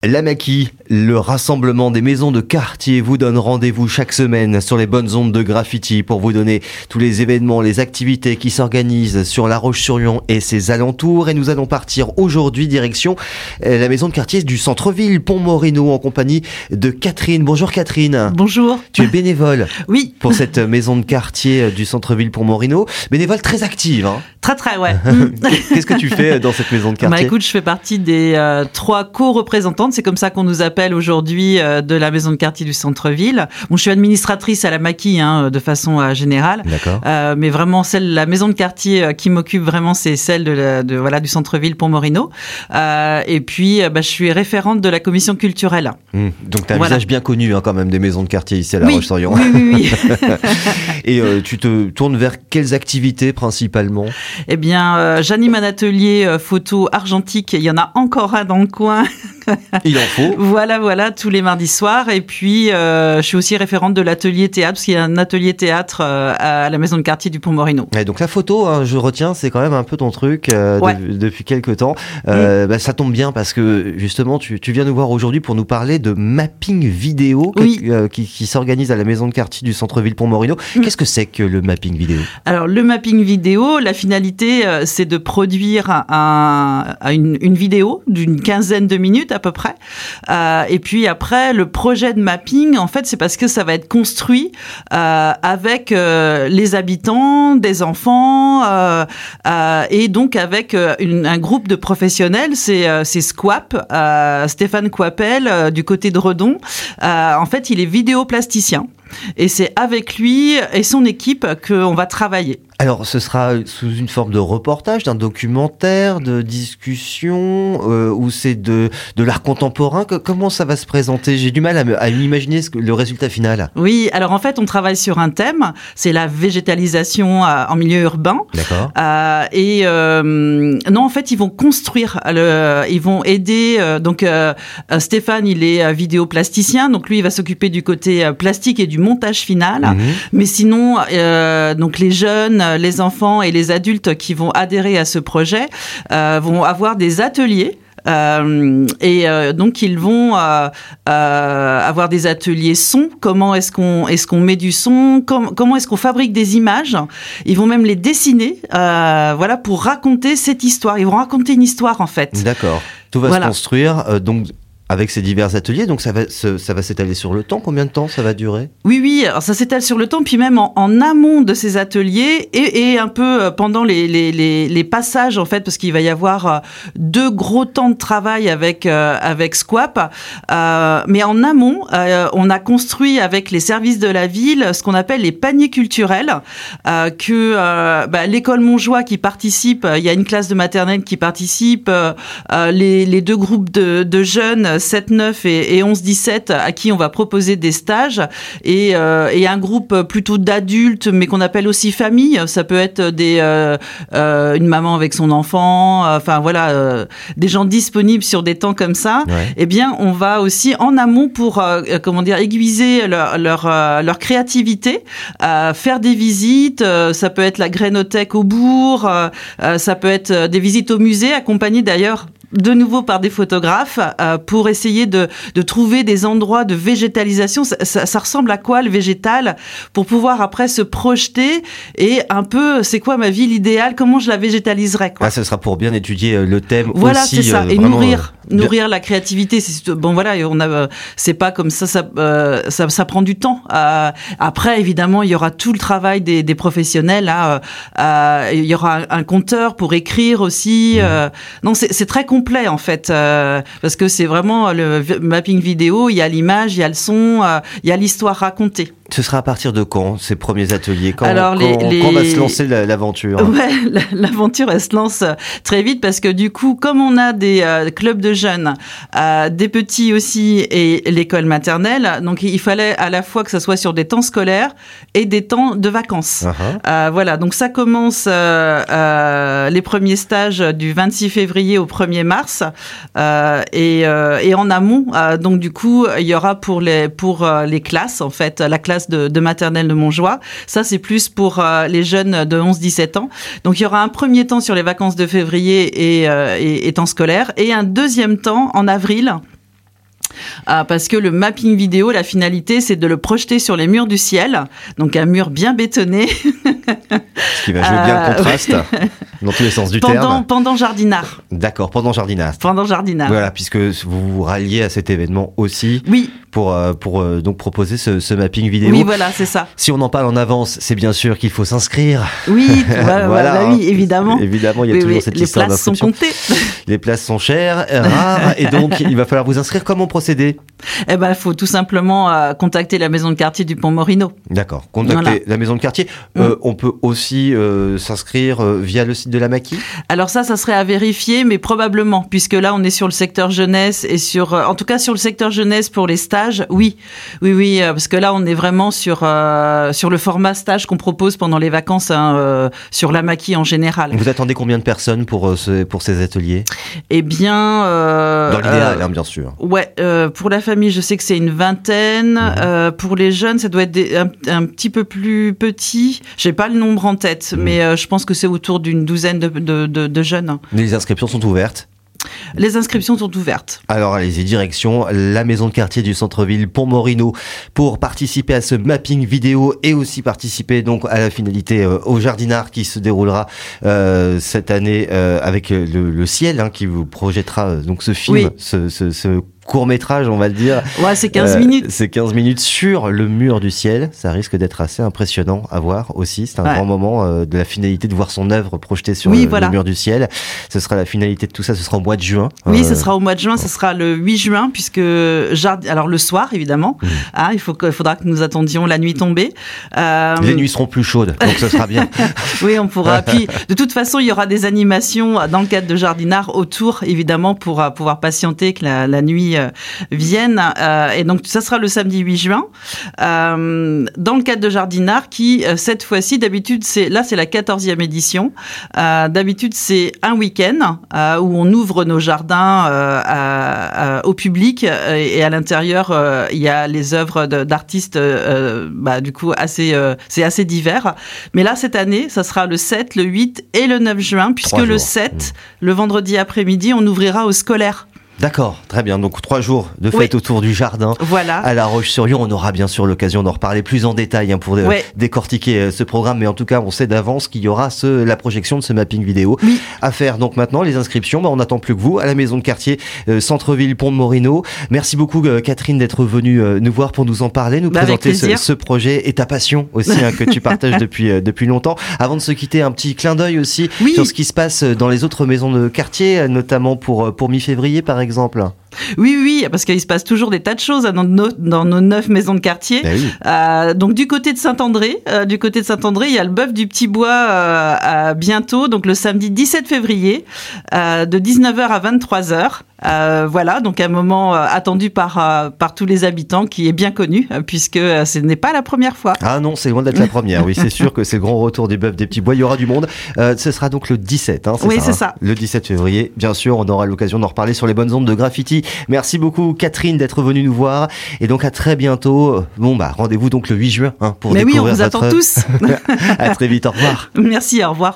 La Maquis, le rassemblement des maisons de quartier, vous donne rendez-vous chaque semaine sur les bonnes ondes de Graffiti pour vous donner tous les événements, les activités qui s'organisent sur La Roche-sur-Yon et ses alentours. Et nous allons partir aujourd'hui direction la maison de quartier du centre-ville, Pont-Moreno, en compagnie de Catherine. Bonjour Catherine. Bonjour. Tu es bénévole. Oui. Pour cette maison de quartier du centre-ville Pont-Moreno. Bénévole très active, hein. Très, ouais. Qu'est-ce que tu fais dans cette maison de quartier ? Écoute, je fais partie des 3 co-représentantes. C'est comme ça qu'on nous appelle aujourd'hui de la maison de quartier du centre-ville. Bon, je suis administratrice à la Maquis, de façon générale. D'accord. Mais vraiment, la maison de quartier qui m'occupe vraiment, c'est celle du centre-ville Pont-Moreno. Et puis, je suis référente de la commission culturelle. Donc, tu as un visage bien connu quand même des maisons de quartier ici à La Roche-sur-Yon. Oui. Et tu te tournes vers quelles activités principalement ? Eh bien, j'anime un atelier photo argentique. Il y en a encore un dans le coin. Il en faut. Voilà, tous les mardis soirs. Et puis, je suis aussi référente de l'atelier théâtre, parce qu'il y a un atelier théâtre à la maison de quartier du Pont-Moreno. Et donc la photo, je retiens, c'est quand même un peu ton truc depuis quelques temps. Ça tombe bien parce que justement, tu viens nous voir aujourd'hui pour nous parler de mapping vidéo qui s'organise à la maison de quartier du centre-ville Pont-Moreno. Qu'est-ce que c'est que le mapping vidéo ? Alors, le mapping vidéo, la finalité, c'est de produire une vidéo d'une quinzaine de minutes à peu près. Et puis après, le projet de mapping, en fait, c'est parce que ça va être construit avec les habitants, des enfants, et donc avec un groupe de professionnels. C'est Squap, Stéphane Coipel, du côté de Redon. En fait, il est vidéoplasticien. Et c'est avec lui et son équipe qu'on va travailler. Alors, ce sera sous une forme de reportage, d'un documentaire, de discussion, ou c'est de l'art contemporain ? Comment ça va se présenter ? J'ai du mal à m'imaginer le résultat final. Oui, alors en fait, on travaille sur un thème, c'est la végétalisation en milieu urbain. D'accord. Non, en fait, ils vont construire, ils vont aider. Stéphane, il est vidéoplasticien, donc lui, il va s'occuper du côté plastique et du montage final. Mais sinon, donc les jeunes, les enfants et les adultes qui vont adhérer à ce projet vont avoir des ateliers. Donc ils vont avoir des ateliers son. Comment est-ce qu'on met du son, comment est-ce qu'on fabrique des images. Ils vont même les dessiner, pour raconter cette histoire. Ils vont raconter une histoire en fait. D'accord. Tout va se construire donc avec ces divers ateliers, donc ça va s'étaler sur le temps. Combien de temps ça va durer ? Oui, alors ça s'étale sur le temps, puis même en amont de ces ateliers et un peu pendant les passages, en fait, parce qu'il va y avoir 2 gros temps de travail avec Squap. Mais en amont, on a construit avec les services de la ville ce qu'on appelle les paniers culturels, l'école Montjoie qui participe, il y a une classe de maternelle qui participe, les 2 groupes de jeunes, 7-9 et 11-17, à qui on va proposer des stages, et un groupe plutôt d'adultes, mais qu'on appelle aussi famille. Ça peut être une maman avec son enfant, des gens disponibles sur des temps comme ça. Ouais. Eh bien, on va aussi en amont pour aiguiser leur créativité, faire des visites. Ça peut être la grainothèque au bourg, ça peut être des visites au musée, accompagnées d'ailleurs de nouveau par des photographes, pour essayer de trouver des endroits de végétalisation. Ça ressemble à quoi le végétal, pour pouvoir après se projeter et un peu, c'est quoi ma ville idéale, comment je la végétaliserais, quoi. Ce sera pour bien étudier le thème voilà, aussi. Voilà, c'est ça, et nourrir la créativité. C'est pas comme ça prend du temps. Après, évidemment, il y aura tout le travail des professionnels. Il y aura un compteur pour écrire aussi. Non, c'est très complet en fait, parce que c'est vraiment le mapping vidéo. Il y a l'image, il y a le son, il y a l'histoire racontée. Ce sera à partir de quand, ces premiers ateliers ? Quand va se lancer l'aventure ? Ouais, l'aventure, elle se lance très vite, parce que du coup, comme on a des clubs de jeunes, des petits aussi, et l'école maternelle, donc il fallait à la fois que ça soit sur des temps scolaires et des temps de vacances. Donc ça commence les premiers stages du 26 février au 1er mars, et en amont, donc du coup, il y aura pour les classes, en fait, la classe de maternelle de Montjoie. Ça, c'est plus pour les jeunes de 11-17 ans. Donc, il y aura un premier temps sur les vacances de février et temps scolaire, et un deuxième temps en avril, parce que le mapping vidéo, la finalité, c'est de le projeter sur les murs du ciel, donc un mur bien bétonné. Ce qui va jouer bien le contraste, dans tous les sens du terme. Pendant jardinard. D'accord, pendant jardinard. Pendant jardinard. Voilà, puisque vous vous ralliez à cet événement aussi. Oui. Pour donc proposer ce mapping vidéo. Oui, voilà, c'est ça. Si on en parle en avance, c'est bien sûr qu'il faut s'inscrire. Oui, voilà, oui, évidemment. Évidemment, il y a toujours cette histoire d'inscription. Les places sont comptées. Les places sont chères, rares, et donc il va falloir vous inscrire. Comment procéder ? Eh ben, il faut tout simplement contacter la maison de quartier du Pont-Morino. D'accord, contacter la maison de quartier. On peut aussi s'inscrire via le site de la Maquis ? Alors ça serait à vérifier, mais probablement, puisque là, on est sur le secteur jeunesse et en tout cas sur le secteur jeunesse pour les stages. Oui, parce que là, on est vraiment sur le format stage qu'on propose pendant les vacances sur la Maquis en général. Vous attendez combien de personnes pour ces ateliers ? Eh bien... dans l'idéal, bien sûr. Ouais, pour la famille, je sais que c'est une vingtaine. Pour les jeunes, ça doit être un petit peu plus petit. J'ai pas le nombre en tête, mais je pense que c'est autour d'une douzaine de jeunes. Les inscriptions sont ouvertes ? Les inscriptions sont ouvertes. Alors allez-y, direction la maison de quartier du centre-ville Pont-Morino pour participer à ce mapping vidéo et aussi participer donc à la finalité au jardinard qui se déroulera cette année avec le ciel qui vous projettera donc ce film, ce court-métrage, on va le dire. Ouais, c'est 15 minutes. C'est 15 minutes sur le mur du ciel. Ça risque d'être assez impressionnant à voir aussi. C'est un grand moment de la finalité de voir son œuvre projetée sur le mur du ciel. Ce sera la finalité de tout ça. Ce sera au mois de juin. Oui, ce sera au mois de juin. Ce sera le 8 juin puisque alors le soir, évidemment. Il faudra que nous attendions la nuit tombée. Les nuits seront plus chaudes, donc ce sera bien. Oui, on pourra. Puis, de toute façon, il y aura des animations dans le cadre de jardinard autour, évidemment, pour pouvoir patienter que la nuit vienne. Et donc, ça sera le samedi 8 juin. Dans le cadre de jardinard qui, cette fois-ci, d'habitude, c'est la 14e édition. D'habitude, c'est un week-end où on ouvre nos jardins au public et à l'intérieur, il y a les œuvres d'artistes, du coup, c'est assez divers. Mais là, cette année, ça sera le 7, le 8 et le 9 juin, puisque le 7, le vendredi après-midi, on ouvrira aux scolaires. D'accord, très bien. Donc 3 jours de fête autour du jardin. Voilà. À La Roche-sur-Yon, on aura bien sûr l'occasion d'en reparler plus en détail pour décortiquer ce programme. Mais en tout cas, on sait d'avance qu'il y aura la projection de ce mapping vidéo à faire. Donc maintenant, les inscriptions, on n'attend plus que vous à la maison de quartier Centre-Ville Pont-de-Morino. Merci beaucoup Catherine d'être venue nous voir pour nous en parler, nous présenter ce projet et ta passion aussi que tu partages depuis longtemps. Avant de se quitter, un petit clin d'œil aussi sur ce qui se passe dans les autres maisons de quartier, notamment pour mi-février par exemple. Oui, parce qu'il se passe toujours des tas de choses dans nos 9 maisons de quartier. Donc du côté de Saint-André, il y a le bœuf du Petit Bois bientôt, donc le samedi 17 février, de 19h à 23h. Voilà, donc un moment attendu par tous les habitants qui est bien connu, puisque ce n'est pas la première fois. Ah non, c'est loin d'être la première. Oui, c'est sûr que c'est le grand retour du bœuf des Petits Bois. Il y aura du monde. Ce sera donc le 17, c'est ça. Le 17 février. Bien sûr, on aura l'occasion d'en reparler sur les bonnes ondes de Graffiti. Merci beaucoup Catherine d'être venue nous voir. Et donc à très bientôt. Rendez-vous donc le 8 juin pour découvrir on vous attend tous. À très vite, au revoir. Merci, au revoir.